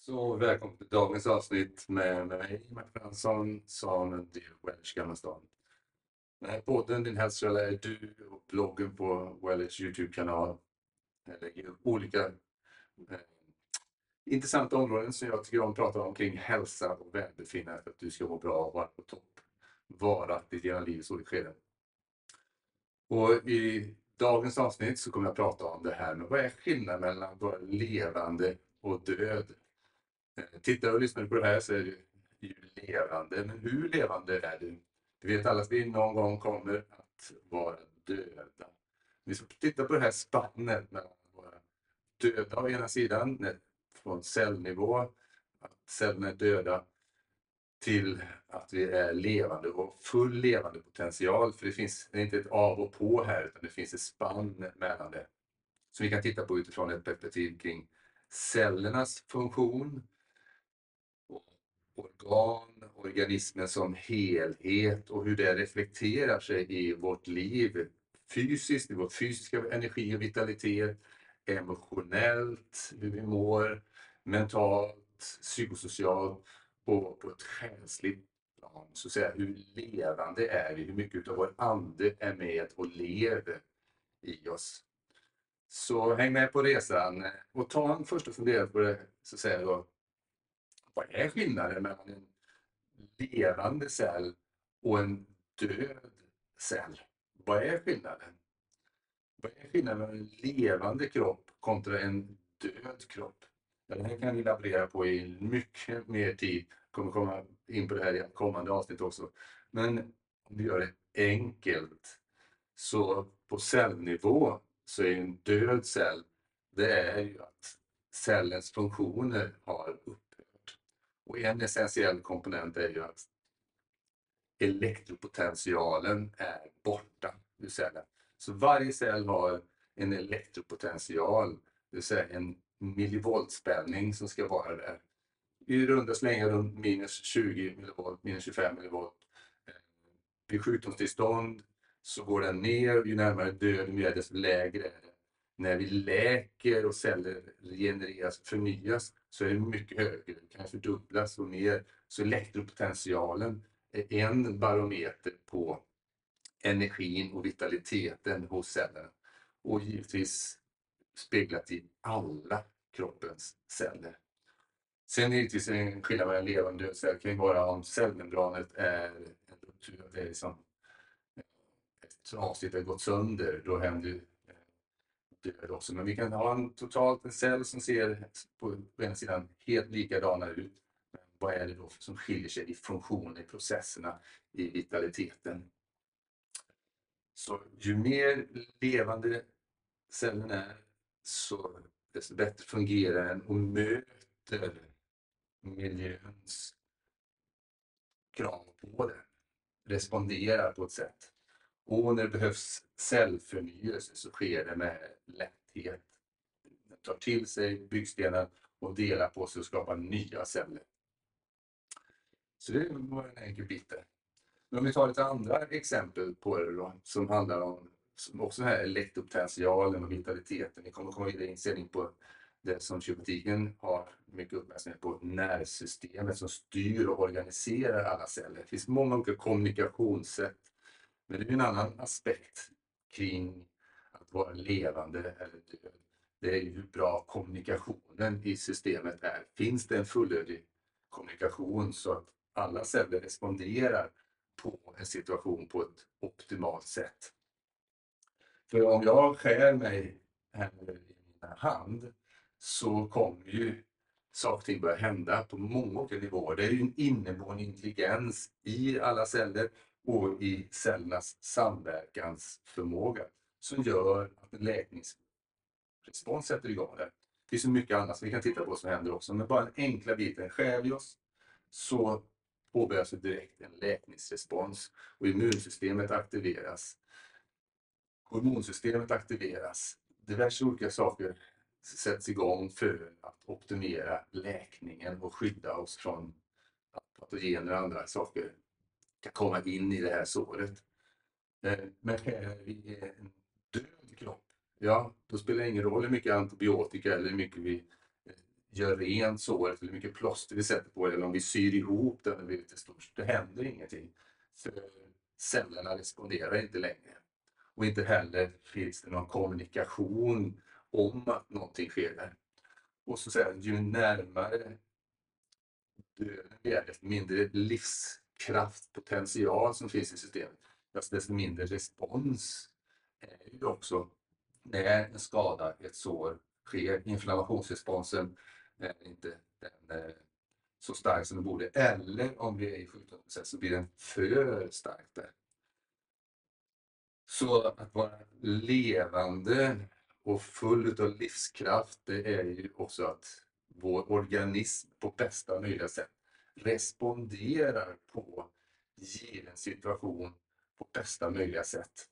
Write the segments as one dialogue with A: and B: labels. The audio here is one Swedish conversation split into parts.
A: Så välkommen till dagens avsnitt med mig, Martin Fransson, som driver Wellers Gamla stan. Den här podden, Din hälsokälla är du, och bloggen på Wellers YouTube-kanal. Jag lägger upp olika intressanta områden som jag tycker om att prata om kring hälsa och välbefinnande för att du ska må bra och vara på topp varaktigt genom livets olika skeden. Och i dagens avsnitt så kommer jag prata om det här med vad är skillnaden mellan att vara levande och död. Tittar och lyssnar på det här så är du ju levande, men hur levande är du? Vi vet alla att vi någon gång kommer att vara döda. Vi ska titta på det här spannet mellan att vara döda å ena sidan, från cellnivå, att cellerna är döda, till att vi är levande och full levande potential. För det är inte ett av och på här, utan det finns ett spann mellan det. Så vi kan titta på utifrån ett perspektiv kring cellernas funktion, organismen som helhet och hur det reflekterar sig i vårt liv fysiskt, i vår fysiska energi och vitalitet, emotionellt, hur vi mår, mentalt, psykosocialt och på ett själsligt plan. Så att säga, hur levande är vi, hur mycket av vår ande är med och lever i oss. Så häng med på resan och ta en första fundering på det, så att säga då. Vad är skillnaden mellan en levande cell och en död cell? Vad är skillnaden? Vad är skillnaden mellan en levande kropp kontra en död kropp? Ja, det här kan ni laborera på i mycket mer tid. Kommer komma in på det här i kommande avsnitt också. Men om vi gör det enkelt, så på cellnivå så är en död cell, det är ju att cellens funktioner har upphört. Och en essentiell komponent är ju att elektropotentialen är borta ur cellen. Så varje cell har en elektropotential, det vill säga en millivoltspänning som ska vara där. I runda slängar runt minus 20 millivolt, minus 25 millivolt. Vid sjukdomstillstånd så går den ner, ju närmare döden vi är desto lägre är det. När vi läker och celler regenereras och förnyas så är det mycket högre, det kan fördubblas och mer. Så elektropotentialen är en barometer på energin och vitaliteten hos cellerna. Och givetvis speglat i alla kroppens celler. Sen givetvis en skillnad mellan levande och död cell kan ju vara om cellmembranet är en ruptur, det är liksom ett avsnitt har gått sönder, då händer död också. Men vi kan ha en cell som ser på ena sidan helt likadana ut. Men vad är det då som skiljer sig i funktionen, i processerna, i vitaliteten? Så ju mer levande cellen är, så desto bättre fungerar den och möter miljöns krav på den. Responderar på ett sätt. Och när det behövs cellförnyelse så sker det med lätthet. Den tar till sig byggstenar och delar på sig och skapar nya celler. Så det var en enkel bit där. Men om vi tar lite andra exempel på det då, som handlar om också här elektropotentialen och vitaliteten. Vi kommer komma vidare i inställning på det som kiropraktiken har mycket uppmärksamhet på, nervsystemet som styr och organiserar alla celler. Det finns många olika kommunikationssätt. Men det är en annan aspekt kring att vara levande eller död. Det är ju hur bra kommunikationen i systemet är. Finns det en fullödig kommunikation så att alla celler responderar på en situation på ett optimalt sätt? För om jag skär mig här i min hand så kommer ju saker och ting börja hända på många olika nivåer. Det är ju en inneboende intelligens i alla celler och i cellernas samverkansförmåga som gör att en läkningsrespons sätter igång där. Det finns så mycket annat som vi kan titta på som händer också, men bara den enkla biten, skär vi oss så påbörjas direkt en läkningsrespons och immunsystemet aktiveras. Hormonsystemet aktiveras. Diverse olika saker sätts igång för att optimera läkningen och skydda oss från att patogener och andra saker kan komma in i det här såret. Men här i en död kropp, ja, då spelar det ingen roll hur mycket antibiotika eller hur mycket vi gör rent såret, hur mycket plåster vi sätter på det, eller om vi syr ihop den och blir lite stort. Det händer ingenting. För cellerna responderar inte längre. Och inte heller finns det någon kommunikation om att någonting sker där. Och så säger ju närmare döden vi är, desto mindre livskraftpotential som finns i systemet, desto mindre respons är ju också när en skada, ett sår sker. Inflammationsresponsen är inte den så stark som den borde, eller om vi är i sjukdomsprocess så blir den för stark där. Så att vara levande och full av livskraft, det är ju också att vår organism på bästa möjliga sätt responderar på given situation på bästa möjliga sätt.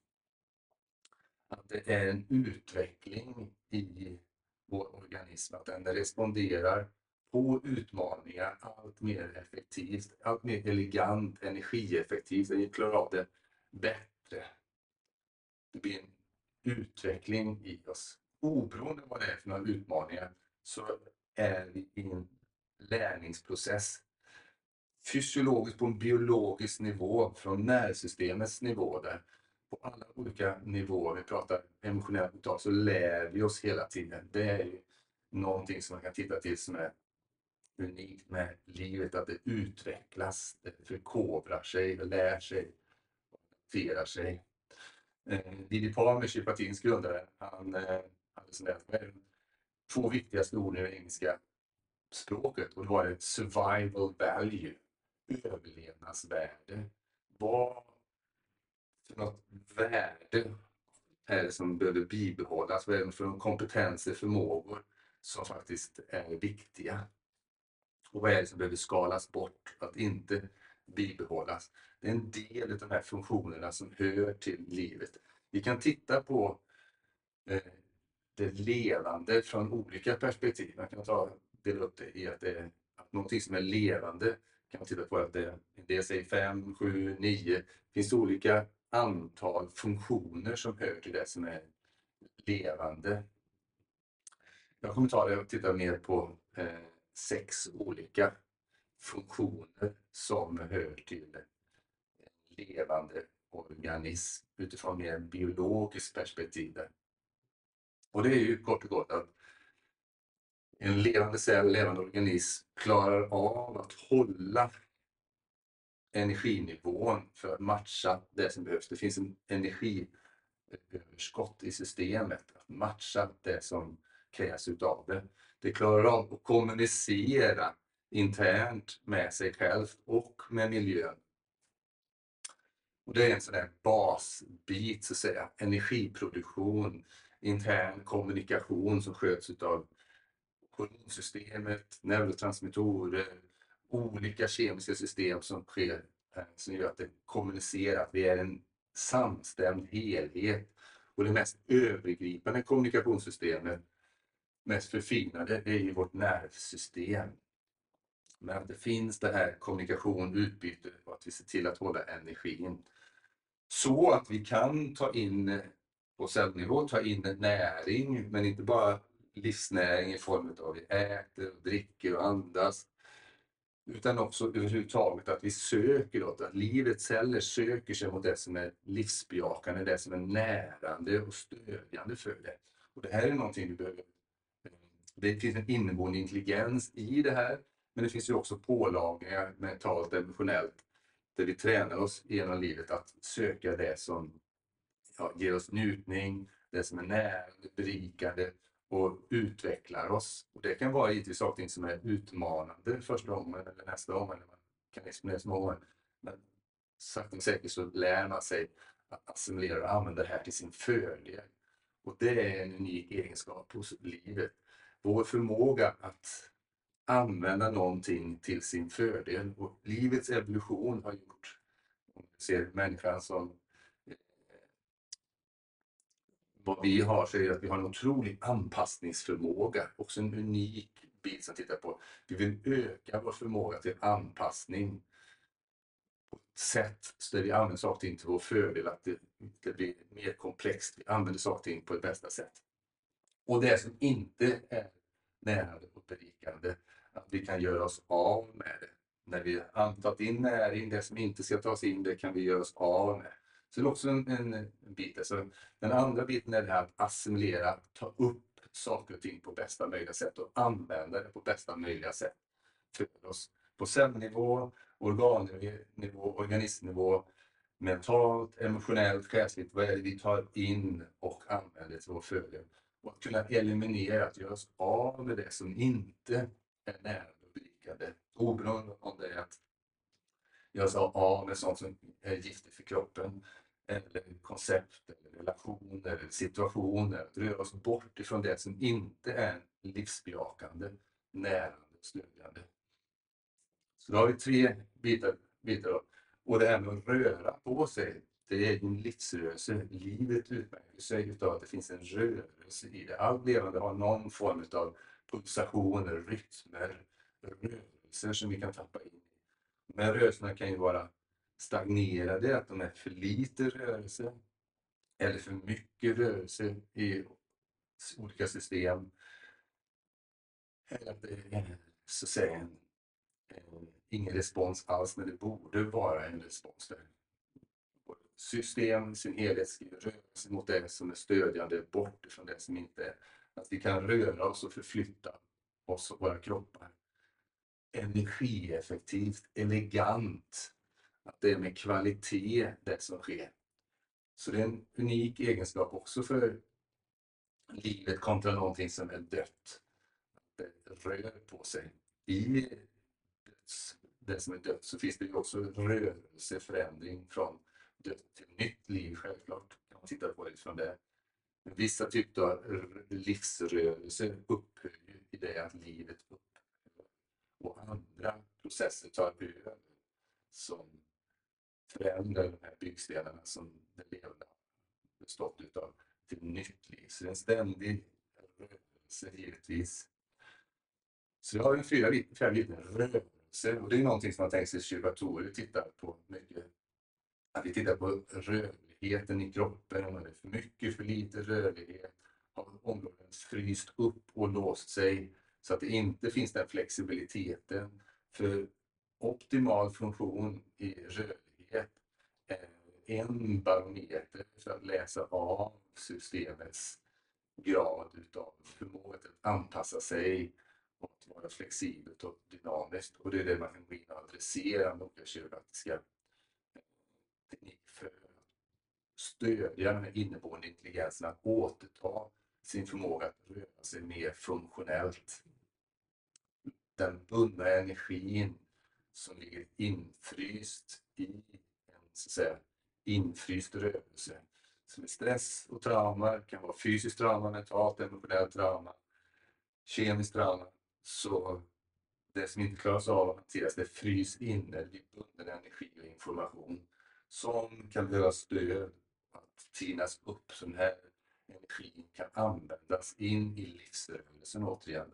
A: Att det är en utveckling i vår organism, att den responderar på utmaningar allt mer effektivt, allt mer elegant, energieffektivt, den klarar av det bättre. Det blir en utveckling i oss. Oberoende av vad det är för några utmaningar så är vi i en lärningsprocess. Fysiologiskt på en biologisk nivå, från nervsystemets nivå där. På alla olika nivåer, vi pratar emotionellt uttag, så lär vi oss hela tiden. Det är ju någonting som man kan titta till som är unikt med livet, att det utvecklas, det förkovrar sig, det lär sig, adapterar sig. Didi Palmer, kiropraktikens grundare, han hade sådär, vad är de 2 viktigaste orden i det engelska språket, och det var ett survival value, överlevnadsvärde. Vad för något värde är det som behöver bibehållas? Vad är det för kompetenser, förmågor som faktiskt är viktiga? Och vad är det som behöver skalas bort, att inte bibehållas? Det är en del av de här funktionerna som hör till livet. Vi kan titta på det levande från olika perspektiv. Man kan dela upp det i att någonting som är levande kan man titta på att det säger 5, 7, 9. Det finns olika antal funktioner som hör till det som är levande. Jag kommer ta det och titta mer på 6 olika funktioner som hör till en levande organism utifrån mer biologiskt perspektiv. Och det är ju kort och gott att en levande cell, levande organism klarar av att hålla energinivån för att matcha det som behövs. Det finns en energiöverskott i systemet att matcha det som krävs utav det. Det klarar av att kommunicera internt med sig själv och med miljön. Och det är en sån där basbit, så att säga. Energiproduktion, intern kommunikation som sköts utav hormonsystemet, neurotransmittorer, olika kemiska system som sker, som gör att det kommunicerar, att vi är en samstämd helhet. Och det mest övergripande kommunikationssystemet, mest förfinade, det är ju vårt nervsystem. Men att det finns det här kommunikation, utbyte och att vi ser till att hålla energin. Så att vi kan ta in på cellnivå, ta in näring, men inte bara livsnäring i form av att vi äter, dricker och andas. Utan också överhuvudtaget att vi söker åt, att livets celler söker sig mot det som är livsbejakande, det som är närande och stödjande för det. Och det här är någonting vi behöver. Det finns en inneboende intelligens i det här, men det finns ju också pålagringar mentalt, emotionellt, där vi tränar oss genom livet att söka det som ger oss njutning, det som är närande, berikande och utvecklar oss. Och det kan vara givetvis saker som är utmanande första gången eller nästa gång, eller man kan exponera små gånger. Men sakta och säkert så lär man sig att assimilera och använda det här till sin fördel. Och det är en unik egenskap hos livet. Vår förmåga att använda någonting till sin fördel. Och livets evolution har gjort, om vi ser människan som vad vi har, så är det att vi har en otrolig anpassningsförmåga. Också en unik bit som tittar på. Vi vill öka vår förmåga till anpassning på ett sätt så där vi använder saker och ting till vår fördel, att det blir mer komplext. Vi använder saker och ting på det bästa sätt. Och det som inte är närande och berikande. Att vi kan göra oss av med det. När vi har tagit in näring, det som inte ska tas in, det kan vi göra oss av med. Så det är också en bit. Så den andra biten är det här att assimilera, ta upp saker och ting på bästa möjliga sätt och använda det på bästa möjliga sätt för oss. På cellnivå, organnivå, organismnivå, mentalt, emotionellt, själsligt, vad är det vi tar in och använder till vår föda? Och att kunna eliminera, att göra oss av med det som inte är nära och berikande. Oberoende om det är att göra sig av med sånt som är giftigt för kroppen, eller koncept, eller relationer, eller situationer. Att röra oss bort ifrån det som inte är livsbejakande, närande och stödjande. Så då har vi 3 bitar då. Och det här med att röra på sig, det är en livsrörelse. Livet utmärker sig utav att det finns en rörelse i det. Allt levande har någon form av pulsationer, rytmer, rörelser som vi kan tappa in i. De här rörelserna kan ju vara stagnerade, att de är för lite rörelse eller för mycket rörelse i olika system. Eller att det är så att säga ingen respons alls, men det borde vara en respons där. System, sin helhet ska röra sig mot det som är stödjande, bort ifrån det som inte är. Att vi kan röra oss och förflytta oss och våra kroppar energieffektivt, elegant. Att det är med kvalitet det som sker. Så det är en unik egenskap också för livet kontra någonting som är dött. Det rör på sig. I det som är dött så finns det ju också rörelse, förändring från dött till nytt liv, självklart. Kan man titta på det från det. Men vissa typer av livsrörelse upphör ju i det att livet upphör. Och andra processer tar över som förändrar de här byggstenarna som det levande bestått utav till nytt liv. Så det är en ständig rörelse givetvis. Så jag har en 4 liten rörelse, och det är någonting som man tänker sig kiropraktorer tittar på mycket. Att vi tittar på rörligheten i kroppen, om det är för mycket, för lite rörlighet, har områden fryst upp och låst sig så att det inte finns den flexibiliteten. För optimal funktion i rörlighet är en barometer för att läsa av systemets grad utav förmåga att anpassa sig och att vara flexibelt och dynamiskt. Och det är det man kan gå in och adressera med olika kiropraktiska teknik för att stödja den här inneboende intelligensen att återta sin förmåga att röra sig mer funktionellt. Den bundna energin som ligger infryst i en så att säga infryst rörelse. Som är stress och trauma, kan vara fysiskt trauma, mentalt, emotionellt trauma, kemiskt trauma. Så det som inte klaras av att hanteras, det frys inne vid bunden energi och information som kan behöva stöd att tinas upp, så den här energin kan användas in i livsrörelsen återigen.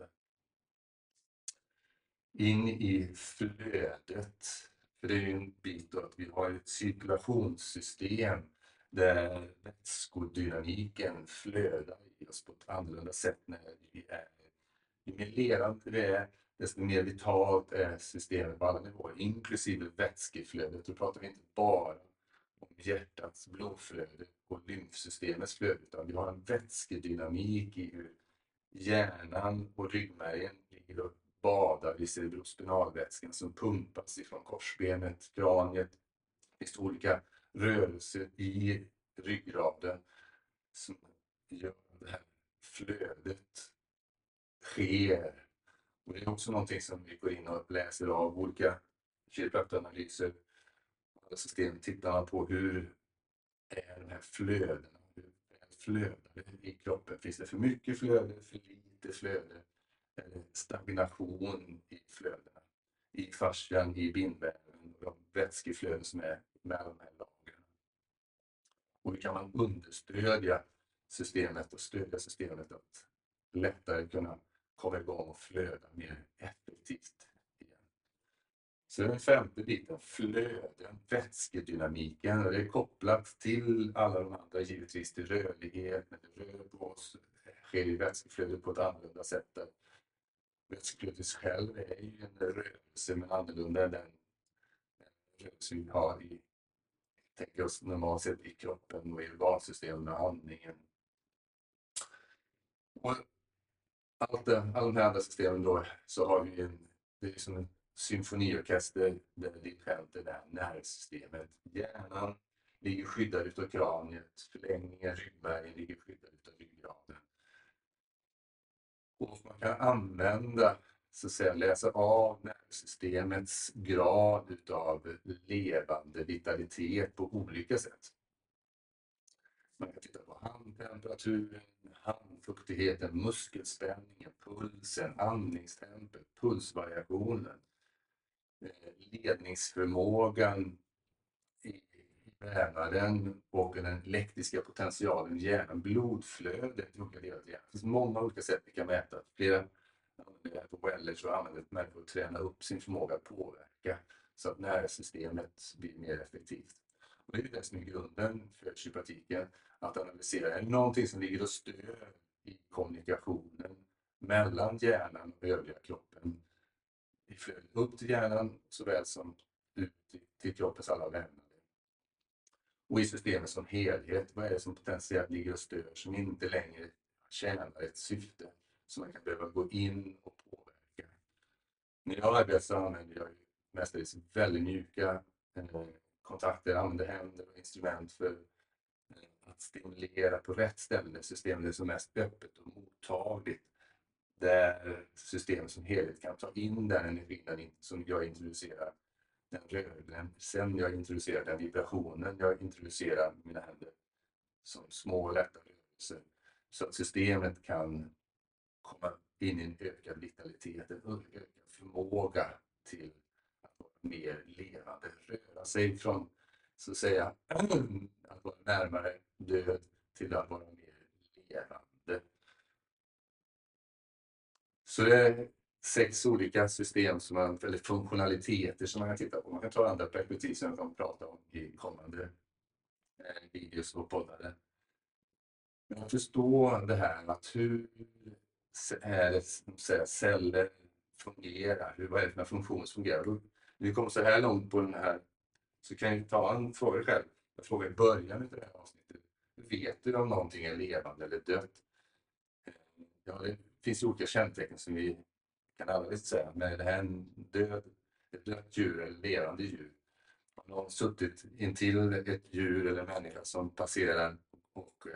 A: In i flödet. För det är ju en bit då att vi har ett cirkulationssystem där vätskodynamiken flödar i oss på ett annorlunda sätt när vi är. Ju mer levande vi är, desto mer vitalt är systemet på alla nivåer, inklusive vätskeflödet. Då pratar vi inte bara om hjärtats blodflöde och lymfsystemets flöde, utan vi har en vätskedynamik i hur hjärnan och ryggmärgen ligger och badar i cerebrospinalvätskan som pumpas ifrån korsbenet, kraniet. Det finns olika rörelser i ryggraden som gör det här flödet sker. Och det är också någonting som vi går in och läser av olika kiropraktoranalyser. Alla system tittar man på hur är de här flödena, hur flödar det i kroppen. Finns det för mycket flöde, för lite flöde? Eller stagnation i flödena, i fascian, i bindväven och de vätskeflöden som är mellan de här lagren. Och hur kan man understödja systemet och stödja systemet att lättare kunna komma igång och flöda mer effektivt igen. Så den 5:e biten, flöden, vätskedynamiken, och det är kopplat till alla de andra, givetvis till rörlighet. När det rör på oss sker i vätskeflödet på ett annorlunda sätt. Vätskeklustret själv är ju en rörelse, men annorlunda än den rörelse vi har tänker oss normalt sett i kroppen och i organsystemet med andningen. Och alla de här andra systemen då, så har vi det är som en symfoniorkester där dirigenten är nervsystemet. Hjärnan ligger skyddad utav kraniet, förlängningen ryggmärgen ligger skyddad utav ryggraden. Och man kan använda, så att säga, läsa av nervsystemets grad utav levande vitalitet på olika sätt. Man kan titta på handtemperaturen, handfuktigheten, muskelspänningen, pulsen, andningstempot, pulsvariationen, ledningsförmågan i vävnaden och den elektriska potentialen i hjärnan, blodflödet i olika delar av hjärnan. Det finns många olika sätt vi kan mäta. Flera på Weller så använder människor att träna upp sin förmåga att påverka så att nervsystemet blir mer effektivt. Och det är det som är grunden för kiropraktiken, att analysera någonting som ligger och stör i kommunikationen mellan hjärnan och övriga kroppen. I flödet upp till hjärnan såväl som ut till kroppens alla vävnader. Och i systemet som helhet, vad är det som potentiellt ligger och stör som inte längre tjänar ett syfte som man kan behöva gå in och påverka. När jag arbetar så använder jag mestadels väldigt mjuka kontakter, använder händer och instrument för att stimulera på rätt ställe. Systemet är som mest öppet och mottagligt. Där systemet som helhet kan ta in den energin som jag introducerar. Den rörelsen jag introducerar, den vibrationen jag introducerar mina händer som små lätta rörelser. Så att systemet kan komma in i en ökad vitalitet, en ökad förmåga till att vara mer levande, röra sig från, så att säga, att vara närmare död till att vara mer levande. Så det är 6 olika system eller funktionaliteter som man kan titta på. Man kan ta andra perspektiv som jag kommer att prata om i kommande videos och poddar. Men att förstå det här att hur är det celler fungerar, vad är det för funktion som fungerar. När vi kommer så här långt på den här så kan jag ta en fråga själv. Jag frågar i början av det här avsnittet. Vet du om någonting är levande eller dött? Ja, det finns olika kännetecken som vi kan alla säga. Men är det här ett dött djur eller levande djur? Har någon suttit intill ett djur eller människa som passerar och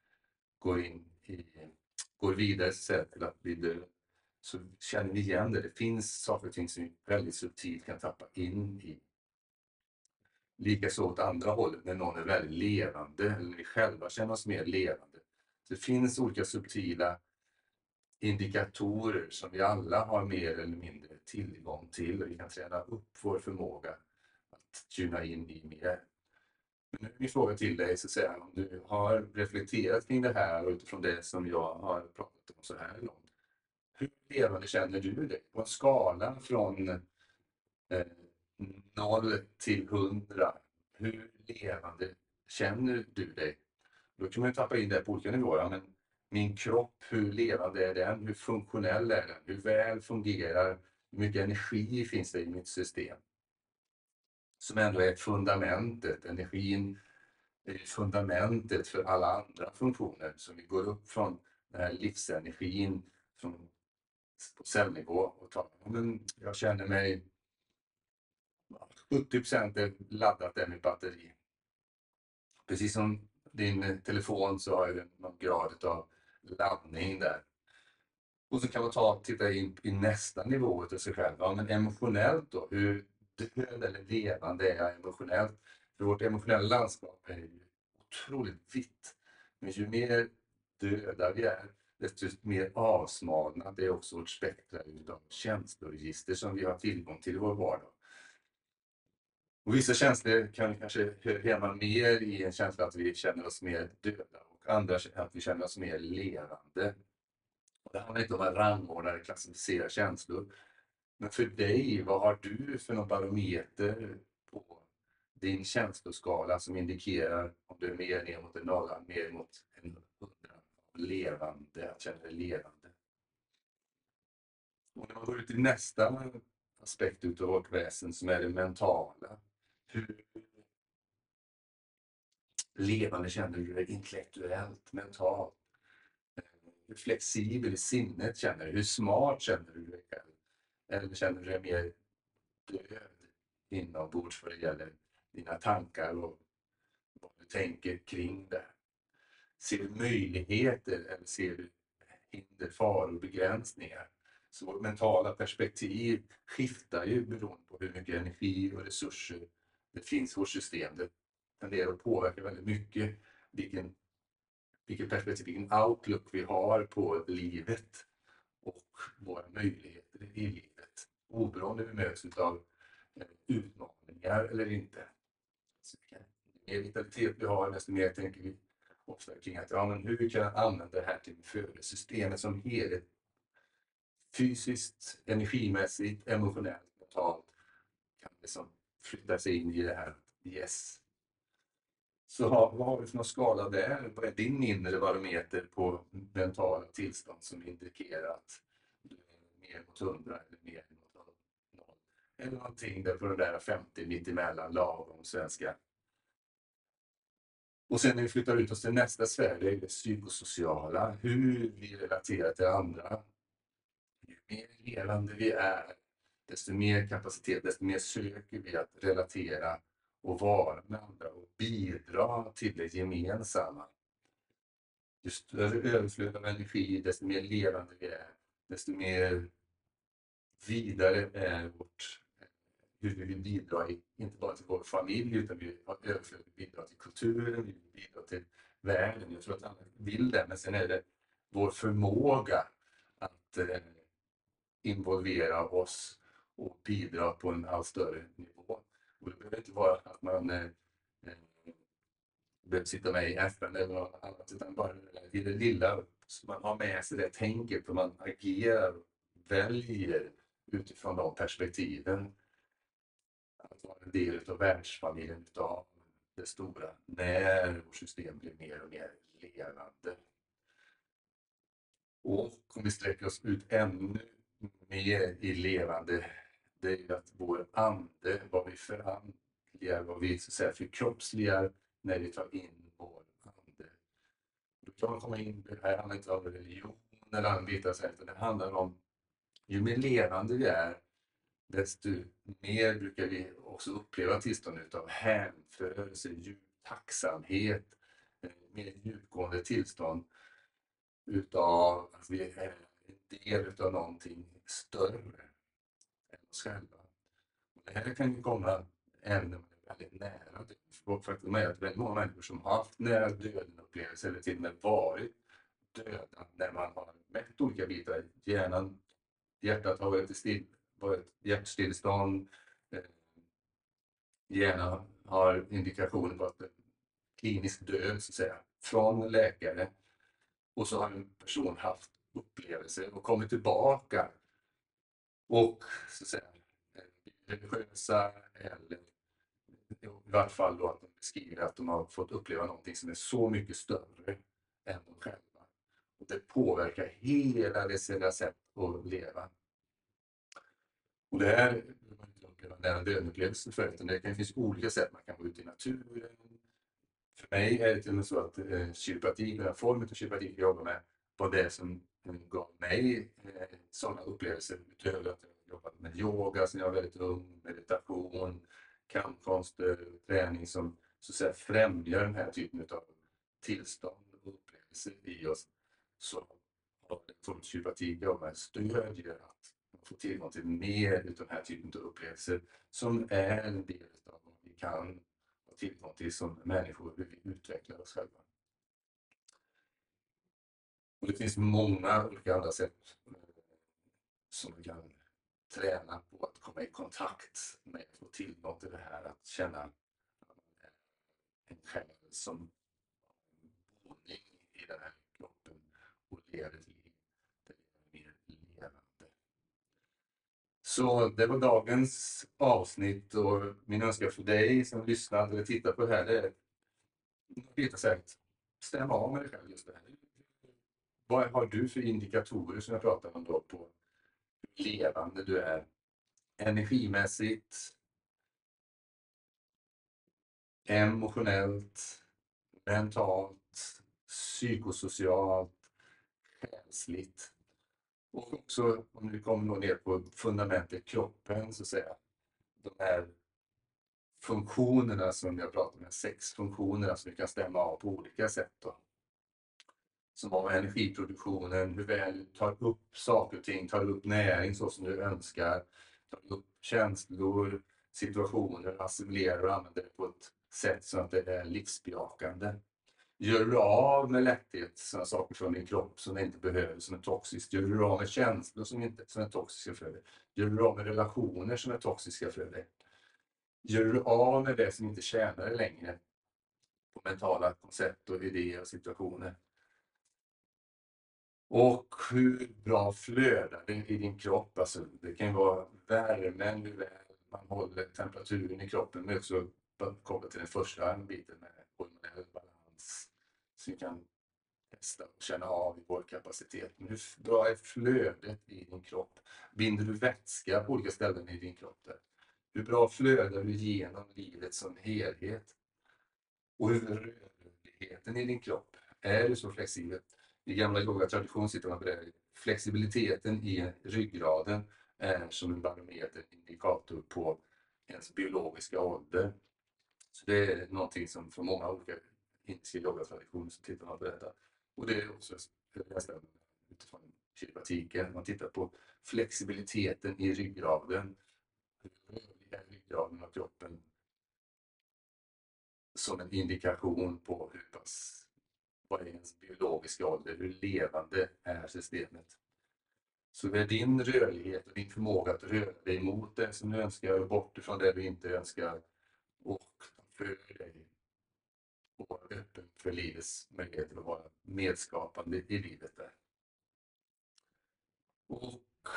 A: går vidare till att bli död, så känner vi igen det. Det finns saker och ting som vi väldigt subtilt kan tappa in i. Likaså åt andra hållet när någon är väldigt levande eller när vi själva känner oss mer levande. Så det finns olika subtila indikatorer som vi alla har mer eller mindre tillgång till och vi kan träna upp vår förmåga att tuna in i mer. Men nu är min fråga till dig, så att säga, om du har reflekterat kring det här och utifrån det som jag har pratat om så här långt. Hur levande känner du dig? På en skala från 0 till 100, hur levande känner du dig? Då kan man ju tappa in det på olika nivåer. Men min kropp, hur levande är den? Hur funktionell är den? Hur väl fungerar? Hur mycket energi finns det i mitt system? Som ändå är fundamentet. Energin är fundamentet för alla andra funktioner. Så vi går upp från den här livsenergin på cellnivå och tar, men jag känner mig 70% är laddat där med batteri. Precis som din telefon så har ju någon grad av laddning där. Och så kan man titta in i nästa nivå av sig själv. Ja, men emotionellt då, hur död eller levande är jag emotionellt? För vårt emotionella landskap är ju otroligt vitt. Men ju mer döda vi är, desto mer avsmalnat är också vårt spektra av känsloregister som vi har tillgång till i vår vardag. Och vissa känslor kan kanske höra hemma mer i en känsla att vi känner oss mer döda och andra att vi känner oss mer levande. Och det handlar inte om att rangordna eller klassificera känslor. Men för dig, vad har du för någon barometer på din känsloskala som indikerar om du är mer ner mot en nolla, mer mot en 100, levande, att känna dig levande? Och när man går ut i nästa aspekt utav vårt väsen som är det mentala. Hur levande känner du dig intellektuellt, mentalt? Hur flexibel i sinnet känner du? Hur smart känner du dig själv? Eller känner du dig mer död inombords vad det gäller dina tankar och vad du tänker kring det? Ser du möjligheter eller ser du hinder, faror, begränsningar? Så vårt mentala perspektiv skiftar ju beroende på hur mycket energi och resurser det finns i vårt system. Det tenderar att påverka väldigt mycket vilket perspektiv, vilken outlook vi har på livet och våra möjligheter i livet. Oberoende vi möts av utmaningar eller inte. Så ju mer vitalitet vi har, desto mer tänker vi ofta kring att men hur kan jag använda det här till mitt flöde? Systemet som helhet, fysiskt, energimässigt, emotionellt, mentalt, kan liksom flytta sig in i det här. Yes. Så vad har vi för någon skala där? Vad är din inre barometer på mentala tillstånd som indikerar att du är mer mot 100 eller mer mot 0? Eller någonting där på den där 50 mittemellan, lagom svenska. Och sen när vi flyttar ut oss till nästa sfär, det är det psykosociala. Hur vi relaterar till andra. Ju mer levande vi är, desto mer kapacitet, desto mer söker vi att relatera och vara med andra och bidra till det gemensamma. Ju större överflöd av energi, desto mer levande vi är, desto mer vidare är hur vi vill bidra, inte bara till vår familj, utan vi har överflöd att bidra till kulturen, vi vill bidra till världen. Jag tror att alla vill det, men sen är det vår förmåga att involvera oss och bidra på en allt större nivå. Och det behöver inte vara att man behöver sitta med i FN eller något annat, utan bara i det lilla, så man har med sig det tänket och man agerar och väljer utifrån de perspektiven. Att vara en del av världsfamiljen, av det stora, när vårt system blir mer och mer levande. Och om vi sträcker oss ut ännu mer i levande, det är ju att vår ande, vad vi förandligar, vad vi så att säga förkroppsligar när vi tar in vår ande. Då kan man komma in, det här handlar inte om religion eller andra bitar, utan det handlar om, ju mer levande vi är, desto mer brukar vi också uppleva tillstånd av hänförelse, djup tacksamhet, mer djupgående tillstånd utav att vi är en del utav någonting större än oss själva. Och det här kan ju komma även när man är väldigt nära döden. Faktum är att väldigt många människor som har haft nära döden upplevelser eller till och med varit döda när man har mätt olika bitar, hjärnan, hjärtat har varit hjärtstillestånd, hjärnan har indikationer på att klinisk död så att säga, från läkare. Och så har en person haft upplevelser och kommit tillbaka och så att säga religiösa eller i vart fall då att de beskriver att de har fått uppleva någonting som är så mycket större än de själva. Och det påverkar hela deras sätt att leva. Och det här behöver man inte uppleva nära döden-upplevelser för, utan det finns olika sätt man kan gå ut i naturen. För mig är det till och med så att kiropraktik, den här formen av kiropraktik jag jobbar med, var det som gav mig sådana upplevelser utöver att jag jobbat med yoga sen jag var väldigt ung, meditation, kampkonster, träning som så att säga främjar den här typen av tillstånd och upplevelser i oss. Så har den formen av kiropraktik jag jobbar med stödjer att man får tillgång till mer av den här typen av upplevelser som är en del av vad vi kan ha tillgång till som människor, hur vi utvecklar oss själva. Och det finns många olika andra sätt som vi kan träna på att komma i kontakt med att få tillgång till det här, att känna en själ som har en boning i den här kroppen och lever ett liv där det är mer levande. Så det var dagens avsnitt och min önskan för dig som lyssnar eller tittar på det här är att stämma av med dig själv just det här. Vad har du för indikatorer som jag pratar om då på hur levande du är energimässigt, emotionellt, mentalt, psykosocialt, själsligt. Och också om vi kommer ner på fundamentet kroppen, så att säga, de här funktionerna som jag pratar om, 6 funktionerna som vi kan stämma av på olika sätt då. Som har med energiproduktionen, hur väl du tar upp saker och ting, tar upp näring så som du önskar, tar upp känslor, situationer, assimilerar och använder det på ett sätt så att det är livsbejakande. Gör du av med lätthet, sådana saker från din kropp som du inte behöver, som är toxiskt. Gör du av med känslor som är toxiska för dig. Gör du av med relationer som är toxiska för dig. Gör du av med det som inte tjänar dig längre på mentala koncept och idéer och situationer. Och hur bra flödar det i din kropp? Alltså, det kan ju vara värmen, hur väl man håller temperaturen i kroppen, men också kopplat till den första biten med hormonell balans. Så vi kan testa och känna av i vår kapacitet. Men hur bra är flödet i din kropp? Binder du vätska på olika ställen i din kropp? Där? Hur bra flödar du genom livet som helhet? Och hur är rörligheten i din kropp? Är du så flexibel? I gamla yoga-tradition sitter man på det. Flexibiliteten i ryggraden är som en barometer, indikator på ens biologiska ålder. Så det är någonting som från många olika indiska yogatraditioner så tittar man på detta. Och det är också utifrån kiropraktiken. Man tittar på flexibiliteten i ryggraden. Hur rörlig är ryggraden av kroppen? Som en indikation på hur pass, vad är ens biologiska ålder, hur levande är systemet. Så det är din rörlighet och din förmåga att röra dig mot det som du önskar och bort ifrån det du inte önskar och för dig och vara öppen för livets möjligheter att vara medskapande i livet där. Och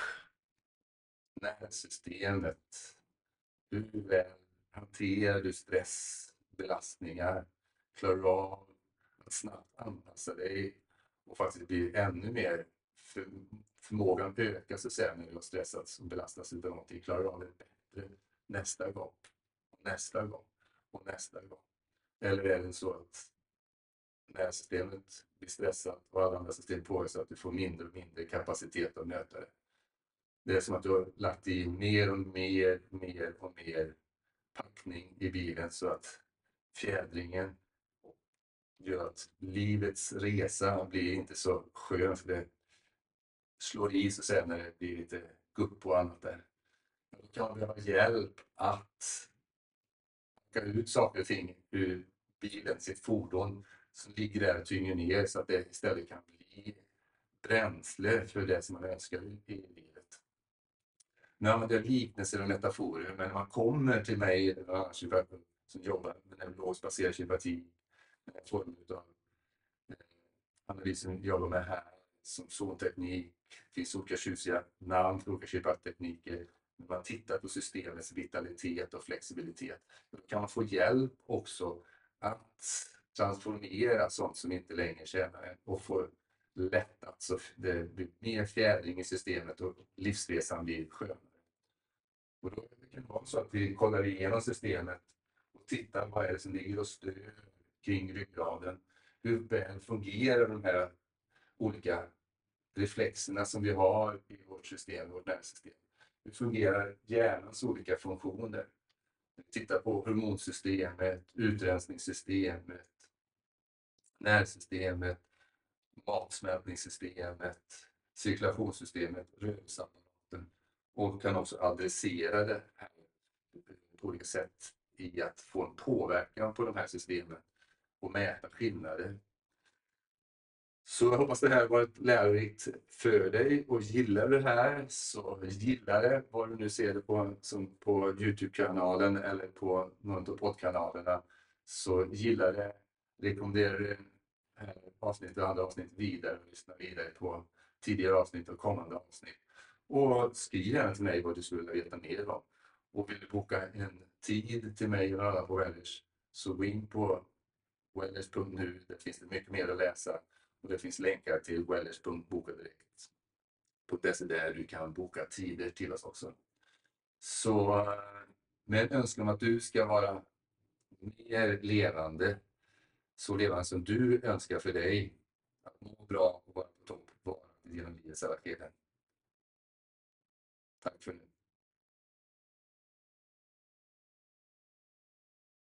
A: nervsystemet. Hur väl hanterar du stress, belastningar, klarar av att snabbt anpassa dig och faktiskt bli ännu mer förmågan ökar så att säga när du har stressats och belastats av någonting, klarar av det bättre nästa gång, och nästa gång och nästa gång. Eller är det så att när systemet blir stressat och alla andra system påverkas så att du får mindre och mindre kapacitet att möta det. Det är som att du har lagt i mer och mer packning i bilen så att fjädringen gör att livets resa blir inte så skön, för det slår i så sen när det blir lite gupp och annat där. Då kan man behöva hjälp att packa ut saker och ting ur bilen, sitt fordon som ligger där och tynger ner så att det istället kan bli bränsle för det som man önskar i livet. Nu använder jag liknelser och metaforer, men när man kommer till mig som jobbar med neurologiskt-baserad kiropraktik, den formen av analysen vi jobbar med här, som zonteknik, det finns olika tjusiga namn för olika kiropraktiktekniker. När man tittar på systemets vitalitet och flexibilitet, då kan man få hjälp också att transformera sånt som inte längre tjänar en och få lättat så det blir mer fjädring i systemet och livsresan blir skönare. Och då kan det vara så att vi kollar igenom systemet och tittar vad är det som ligger och stör kring ryggraden. Hur väl fungerar de här olika reflexerna som vi har i vårt system, vårt nervsystem. Hur fungerar hjärnans olika funktioner? Titta på hormonsystemet, utrensningssystemet, nervsystemet, matsmältningssystemet, cirkulationssystemet, rörelseapparaten, och kan också adressera det här på olika sätt i att få en påverkan på de här systemen och mäta skillnader. Så jag hoppas det här varit lärorikt för dig, och gillar du det här så gilla det, vad du nu ser det på, som på YouTube-kanalen eller på någon av poddkanalerna, så gilla det, rekommenderar det här avsnittet och andra avsnitt vidare och lyssna vidare på tidigare avsnitt och kommande avsnitt. Och skriv gärna till mig vad du skulle vilja veta mer om. Och vill du boka en tid till mig och alla på Wellers, så gå in på wellers.nu, där finns det mycket mer att läsa. Och det finns länkar till wellers.boka direkt. på där du kan boka tider till oss också. Så med en önskan om att du ska vara mer levande, så levande som du önskar för dig, att må bra och vara på topp genom livets alla skeden. Tack för nu.